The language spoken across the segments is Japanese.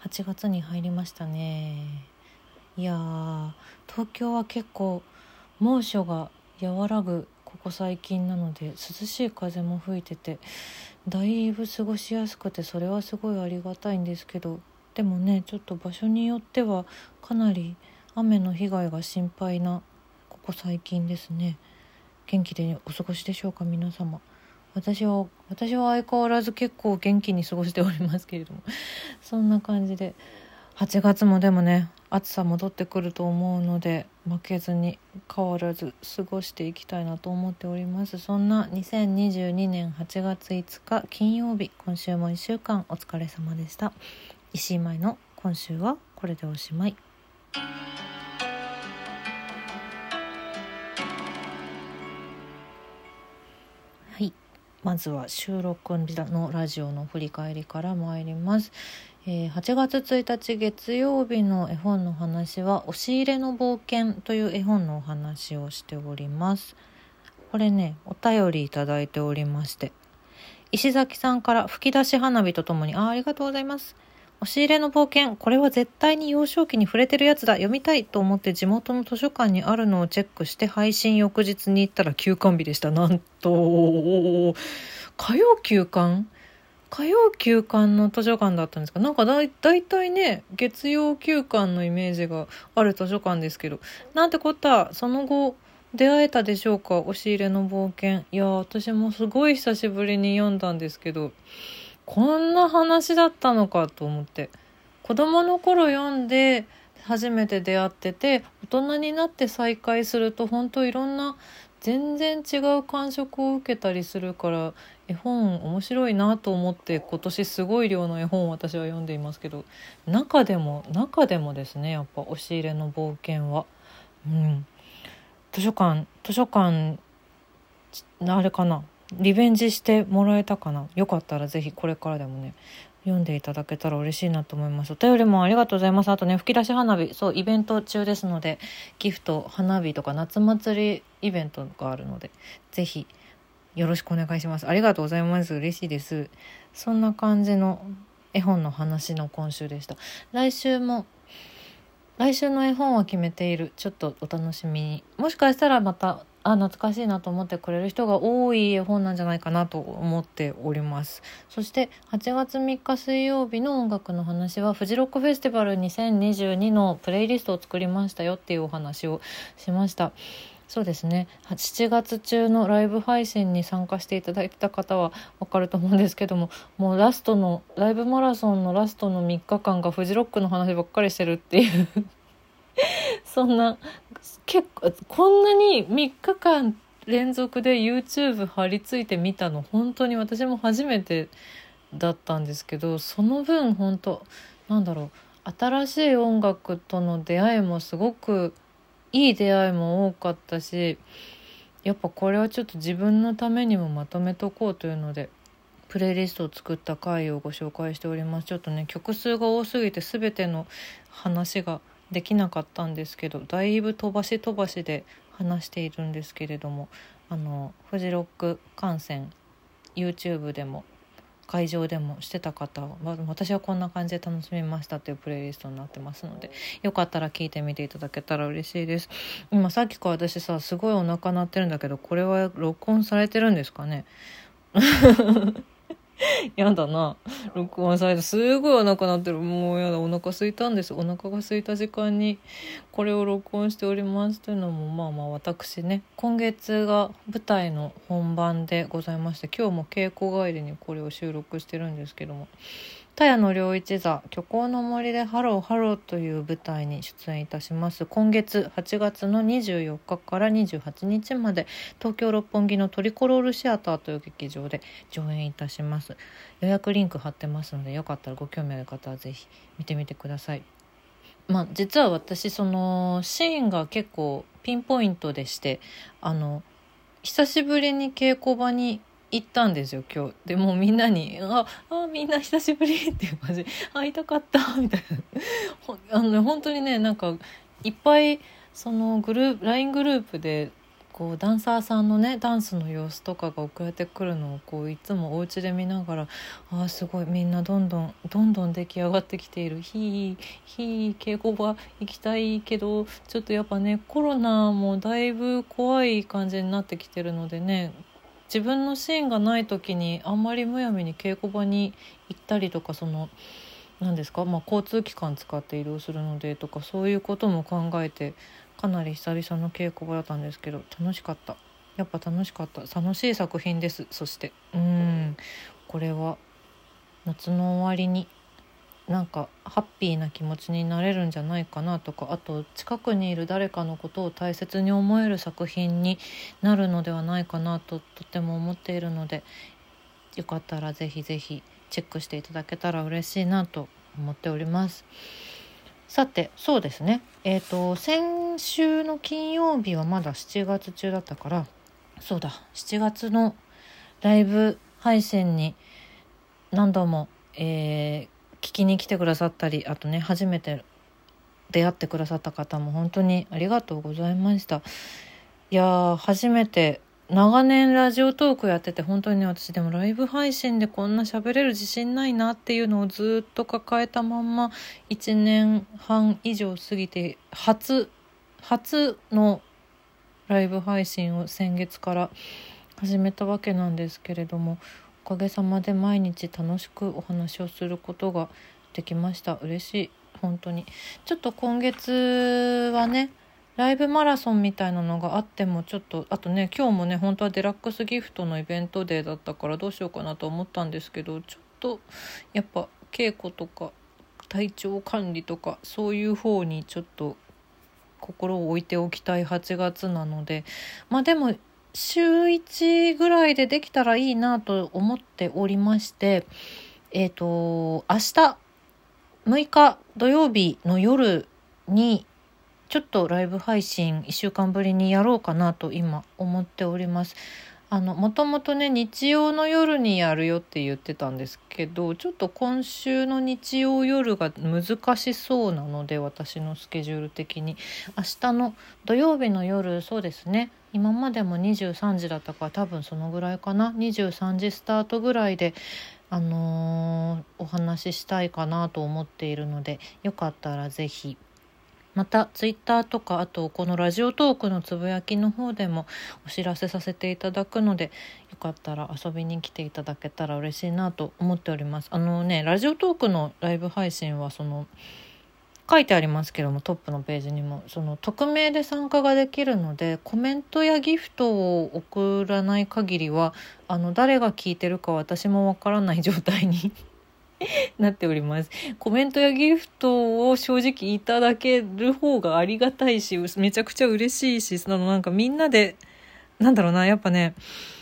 8月に入りましたね。いやー、東京は結構猛暑が和らぐここ最近なので、涼しい風も吹いててだいぶ過ごしやすくて、それはすごいありがたいんですけど、でもね、ちょっと場所によってはかなり雨の被害が心配なここ最近ですね。元気でお過ごしでしょうか皆様。私は相変わらず結構元気に過ごしておりますけれどもそんな感じで、8月もでもね、暑さ戻ってくると思うので、負けずに変わらず過ごしていきたいなと思っております。そんな2022年8月5日金曜日、今週も1週間お疲れ様でした。石井舞の今週はこれでおしまい。はい、まずは収録のラジオの振り返りから参ります。8月1日月曜日の絵本の話は、押し入れの冒険という絵本のお話をしております。これね、お便りいただいておりまして、石崎さんから吹き出し花火とともに、ありがとうございます。押し入れの冒険、これは絶対に幼少期に触れてるやつだ、読みたいと思って地元の図書館にあるのをチェックして配信翌日に行ったら休館日でした。なんと火曜休館の図書館だったんですか。なんかだいたいね、月曜休館のイメージがある図書館ですけど、なんてこった。その後出会えたでしょうか、押し入れの冒険。いや、私もすごい久しぶりに読んだんですけど、こんな話だったのかと思って、子供の頃読んで初めて出会ってて、大人になって再会すると本当いろんな全然違う感触を受けたりするから、絵本面白いなと思って今年すごい量の絵本を私は読んでいますけど、中でもですね、やっぱ押し入れの冒険は、図書館あれかな、リベンジしてもらえたかな。よかったらぜひこれからでもね、読んでいただけたら嬉しいなと思います。お便りもありがとうございます。あとね、吹き出し花火、イベント中ですので、ギフト、花火とか夏祭りイベントがあるので、ぜひよろしくお願いします。ありがとうございます。嬉しいです。そんな感じの絵本の話の今週でした。来週の絵本は決めている。ちょっとお楽しみに。もしかしたらまた懐かしいなと思ってくれる人が多い絵本なんじゃないかなと思っております。そして8月3日水曜日の音楽の話は、フジロックフェスティバル2022のプレイリストを作りましたよっていうお話をしました。そうですね、7月中のライブ配信に参加していただいてた方は分かると思うんですけども、もうラストのライブマラソンのラストの3日間がフジロックの話ばっかりしてるっていうそんな、結構こんなに3日間連続で YouTube 張り付いてみたの本当に私も初めてだったんですけど、その分本当新しい音楽との出会いもすごくいい出会いも多かったし、やっぱこれはちょっと自分のためにもまとめとこうというのでプレイリストを作った回をご紹介しております。ちょっとね、曲数が多すぎて全ての話ができなかったんですけど、だいぶ飛ばしで話しているんですけれども、フジロック観戦 YouTube でも会場でもしてた方は、私はこんな感じで楽しみましたというプレイリストになってますので、よかったら聞いてみていただけたら嬉しいです。今さっきから私すごいお腹鳴ってるんだけど、これは録音されてるんですかねやだな、録音されてすごいお腹鳴ってる。もうやだ、お腹空いたんです。お腹が空いた時間にこれを録音しておりますというのも、私ね、今月が舞台の本番でございまして、今日も稽古帰りにこれを収録してるんですけども、田谷の良一座虚構の森でハローハローという舞台に出演いたします。今月8月の24日から28日まで東京六本木のトリコロールシアターという劇場で上演いたします。予約リンク貼ってますので、よかったらご興味ある方はぜひ見てみてください。実は私そのシーンが結構ピンポイントでして、久しぶりに稽古場に行ったんですよ今日。でもみんなにみんな久しぶりっていう感じ、会いたかったみたいな本当にね、なんかいっぱいそのLINE グループでこうダンサーさんのねダンスの様子とかが送られてくるのをこういつもお家で見ながら、すごいみんなどんどん出来上がってきている。稽古場行きたいけどちょっとやっぱねコロナもだいぶ怖い感じになってきてるのでね、自分のシーンがない時にあんまりむやみに稽古場に行ったりとか、何ですか、交通機関使って移動するのでとか、そういうことも考えてかなり久々の稽古場だったんですけど、楽しかった。やっぱ楽しかった。楽しい作品です。そしてこれは夏の終わりになんかハッピーな気持ちになれるんじゃないかなとか、あと近くにいる誰かのことを大切に思える作品になるのではないかなととても思っているので、よかったらぜひぜひチェックしていただけたら嬉しいなと思っております。さてそうですね、先週の金曜日はまだ7月中だったから、そうだ7月のライブ配信に何度も、聞きに来てくださったり、あとね初めて出会ってくださった方も本当にありがとうございました。いや初めて、長年ラジオトークやってて本当にね、私でもライブ配信でこんな喋れる自信ないなっていうのをずっと抱えたまんま1年半以上過ぎて、初のライブ配信を先月から始めたわけなんですけれども、おかげさまで毎日楽しくお話をすることができました。嬉しい、本当に。ちょっと今月はねライブマラソンみたいなのがあってもちょっと、あとね今日もね本当はデラックスギフトのイベントデーだったからどうしようかなと思ったんですけど、ちょっとやっぱ稽古とか体調管理とかそういう方にちょっと心を置いておきたい8月なので、でも週1ぐらいでできたらいいなと思っておりまして、明日6日土曜日の夜にちょっとライブ配信1週間ぶりにやろうかなと今思っております。もともとね日曜の夜にやるよって言ってたんですけど、ちょっと今週の日曜夜が難しそうなので、私のスケジュール的に明日の土曜日の夜、そうですね、今までも23時だったから多分そのぐらいかな、23時スタートぐらいでお話ししたいかなと思っているので、よかったらぜひまたツイッターとか、あとこのラジオトークのつぶやきの方でもお知らせさせていただくので、よかったら遊びに来ていただけたら嬉しいなと思っております。ラジオトークのライブ配信は書いてありますけども、トップのページにも匿名で参加ができるので、コメントやギフトを送らない限りは誰が聞いてるか私もわからない状態になっております。コメントやギフトを正直いただける方がありがたいし、めちゃくちゃ嬉しいし、なんかみんなでやっぱね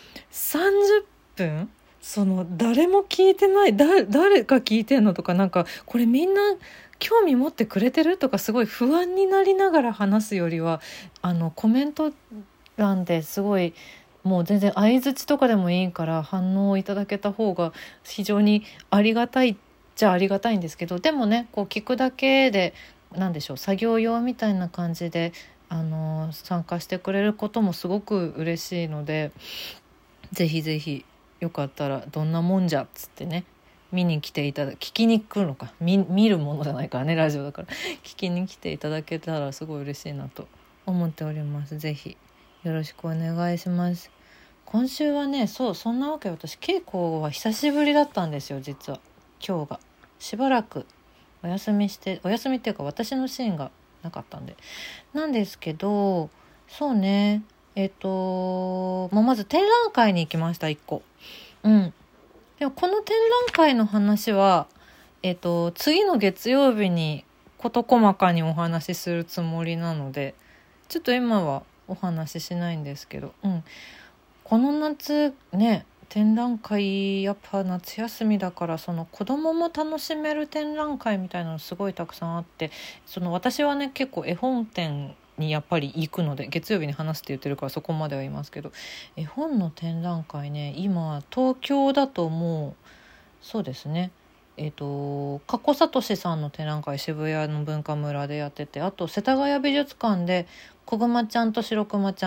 30分誰も聞いてない、誰が聞いてんのとか、なんかこれみんな興味持ってくれてるとかすごい不安になりながら話すよりは、コメント欄ですごいもう全然相槌とかでもいいから反応をいただけた方が非常にありがたいっちゃありがたいんですけど、でもねこう聞くだけで作業用みたいな感じで参加してくれることもすごく嬉しいので、ぜひぜひよかったらどんなもんじゃっつってね見に来て聞きに来るのか、見るものじゃないからねラジオだから聞きに来ていただけたらすごい嬉しいなと思っております。ぜひよろしくお願いします。今週はねそんなわけで私稽古は久しぶりだったんですよ。実は今日がしばらくお休みっていうか私のシーンがなかったんですけど、そうねまず展覧会に行きました1個。でもこの展覧会の話は次の月曜日に事細かにお話しするつもりなので、ちょっと今はお話ししないんですけど、この夏ね展覧会やっぱ夏休みだから子供も楽しめる展覧会みたいなのすごいたくさんあって、私はね結構絵本展にやっぱり行くので、月曜日に話すって言ってるからそこまでは言いますけど、絵本の展覧会ね今東京だともうそうですね加古聡さんの展覧会渋谷の文化村でやってて、あと世田谷美術館で小熊ちゃんと白熊ちゃん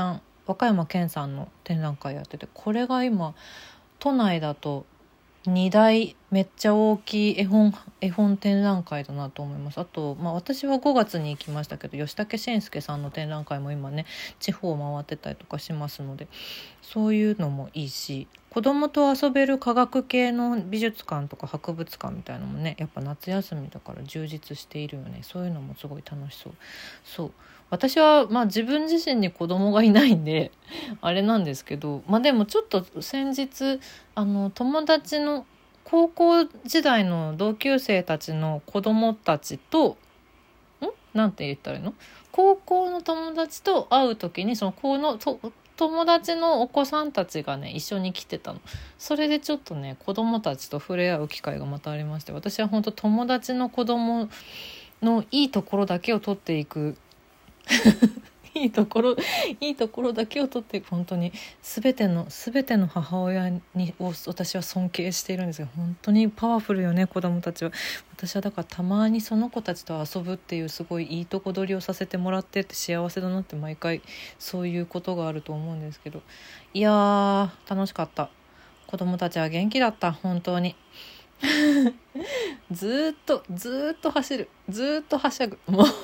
和歌山県さんの展覧会やってて、これが今都内だと2大めっちゃ大きい絵本展覧会だなと思います。あと、私は5月に行きましたけど、吉武慎介さんの展覧会も今ね地方を回ってたりとかしますので、そういうのもいいし、子供と遊べる科学系の美術館とか博物館みたいなのもね、やっぱ夏休みだから充実しているよね。そういうのもすごい楽しそう。そう、私は自分自身に子供がいないんであれなんですけど、でもちょっと先日友達の高校時代の同級生たちの子供たちとなんて言ったらいいの、高校の友達と会う時にその友達のお子さんたちがね一緒に来てたの。それでちょっとね子供たちと触れ合う機会がまたありまして、私は本当友達の子供のいいところだけを取っていくいいところだけを取っていく、本当に全ての母親を私は尊敬しているんですが、本当にパワフルよね子供たちは。私はだからたまにその子たちと遊ぶっていうすごいいいとこ取りをさせてもらってって幸せだなって毎回そういうことがあると思うんですけど、いやー楽しかった。子供たちは元気だった、本当にずーっと走る、ずーっとはしゃぐ、もう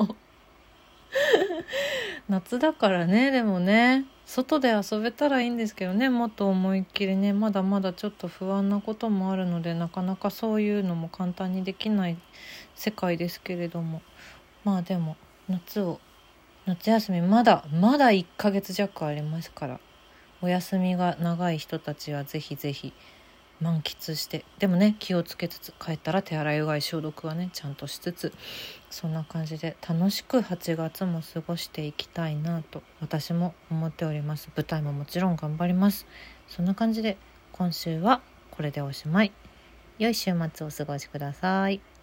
夏だからね。でもね外で遊べたらいいんですけどね、もっと思いっきりね。まだまだちょっと不安なこともあるので、なかなかそういうのも簡単にできない世界ですけれども、でも夏休みまだ1ヶ月弱ありますから、お休みが長い人たちはぜひぜひ満喫して、でもね気をつけつつ、帰ったら手洗いうがい消毒はねちゃんとしつつ、そんな感じで楽しく8月も過ごしていきたいなと私も思っております。舞台ももちろん頑張ります。そんな感じで今週はこれでおしまい。良い週末をお過ごしください。